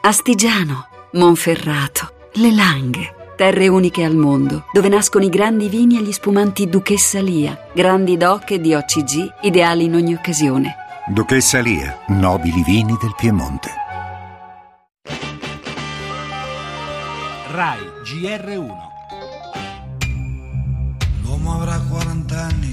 Astigiano, Monferrato, Le Langhe. Terre uniche al mondo, dove nascono i grandi vini e gli spumanti Duchessa Lia, grandi DOC e DOCG, ideali in ogni occasione. Duchessa Lia, nobili vini del Piemonte. Rai GR1. L'uomo avrà 40 anni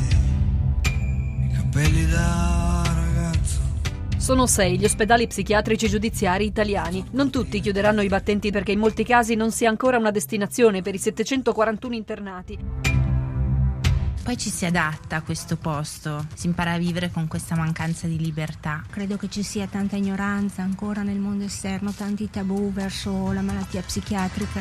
e i capelli da ragazzo. Sono 6 gli ospedali psichiatrici giudiziari italiani. Non tutti chiuderanno i battenti perché in molti casi non sia ancora una destinazione per i 741 internati. Poi ci si adatta a questo posto, si impara a vivere con questa mancanza di libertà. Credo che ci sia tanta ignoranza ancora nel mondo esterno, tanti tabù verso la malattia psichiatrica.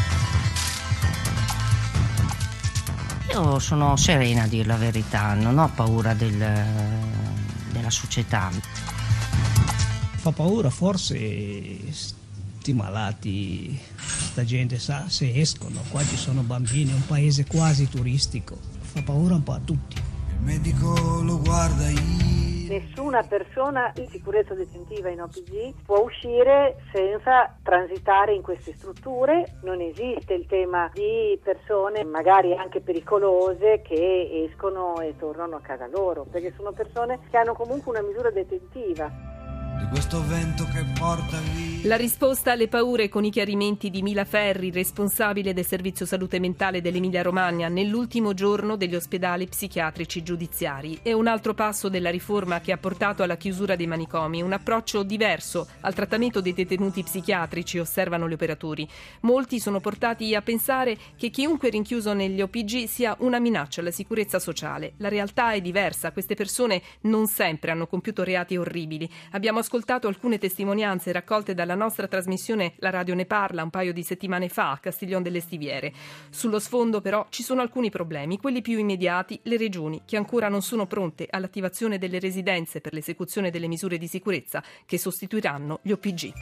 Io sono serena, a dir la verità, non ho paura della società. Fa paura forse sti malati, sta gente sa se escono, qua ci sono bambini, è un paese quasi turistico, fa paura un po' a tutti. Il medico lo guarda Nessuna persona in sicurezza detentiva in OPG può uscire senza transitare in queste strutture. Non esiste il tema di persone magari anche pericolose che escono e tornano a casa loro, perché sono persone che hanno comunque una misura detentiva. Di questo vento che porta via. La risposta alle paure con i chiarimenti di Mila Ferri, responsabile del servizio salute mentale dell'Emilia-Romagna nell'ultimo giorno degli ospedali psichiatrici giudiziari. È un altro passo della riforma che ha portato alla chiusura dei manicomi, un approccio diverso al trattamento dei detenuti psichiatrici, osservano gli operatori. Molti sono portati a pensare che chiunque rinchiuso negli OPG sia una minaccia alla sicurezza sociale. La realtà è diversa, queste persone non sempre hanno compiuto reati orribili. Abbiamo ascoltato alcune testimonianze raccolte dalla nostra trasmissione La Radio ne parla un paio di settimane fa a Castiglion delle Stiviere. Sullo sfondo però ci sono alcuni problemi, quelli più immediati, le regioni che ancora non sono pronte all'attivazione delle residenze per l'esecuzione delle misure di sicurezza che sostituiranno gli OPG.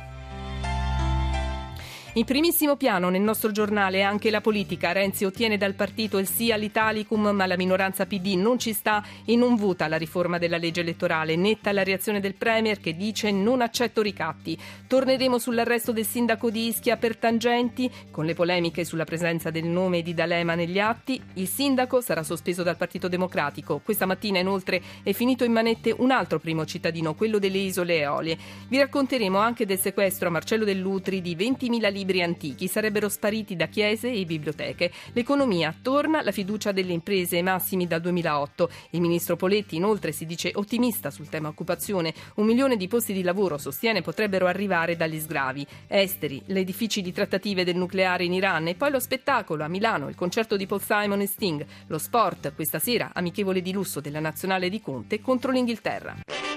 In primissimo piano nel nostro giornale anche la politica. Renzi ottiene dal partito il sì all'Italicum, ma la minoranza PD non ci sta e non vota la riforma della legge elettorale. Netta la reazione del Premier che dice non accetto ricatti. Torneremo sull'arresto del sindaco di Ischia per tangenti, con le polemiche sulla presenza del nome di D'Alema negli atti. Il sindaco sarà sospeso dal Partito Democratico. Questa mattina inoltre è finito in manette un altro primo cittadino, quello delle Isole Eolie. Vi racconteremo anche del sequestro a Marcello Dell'Utri di 20.000 libri antichi, sarebbero spariti da chiese e biblioteche. L'economia torna, la fiducia delle imprese ai massimi dal 2008. Il ministro Poletti inoltre si dice ottimista sul tema occupazione. 1 milione di posti di lavoro, sostiene, potrebbero arrivare dagli sgravi. Esteri, le difficili trattative del nucleare in Iran e poi lo spettacolo a Milano, il concerto di Paul Simon e Sting. Lo sport, questa sera amichevole di lusso della nazionale di Conte contro l'Inghilterra.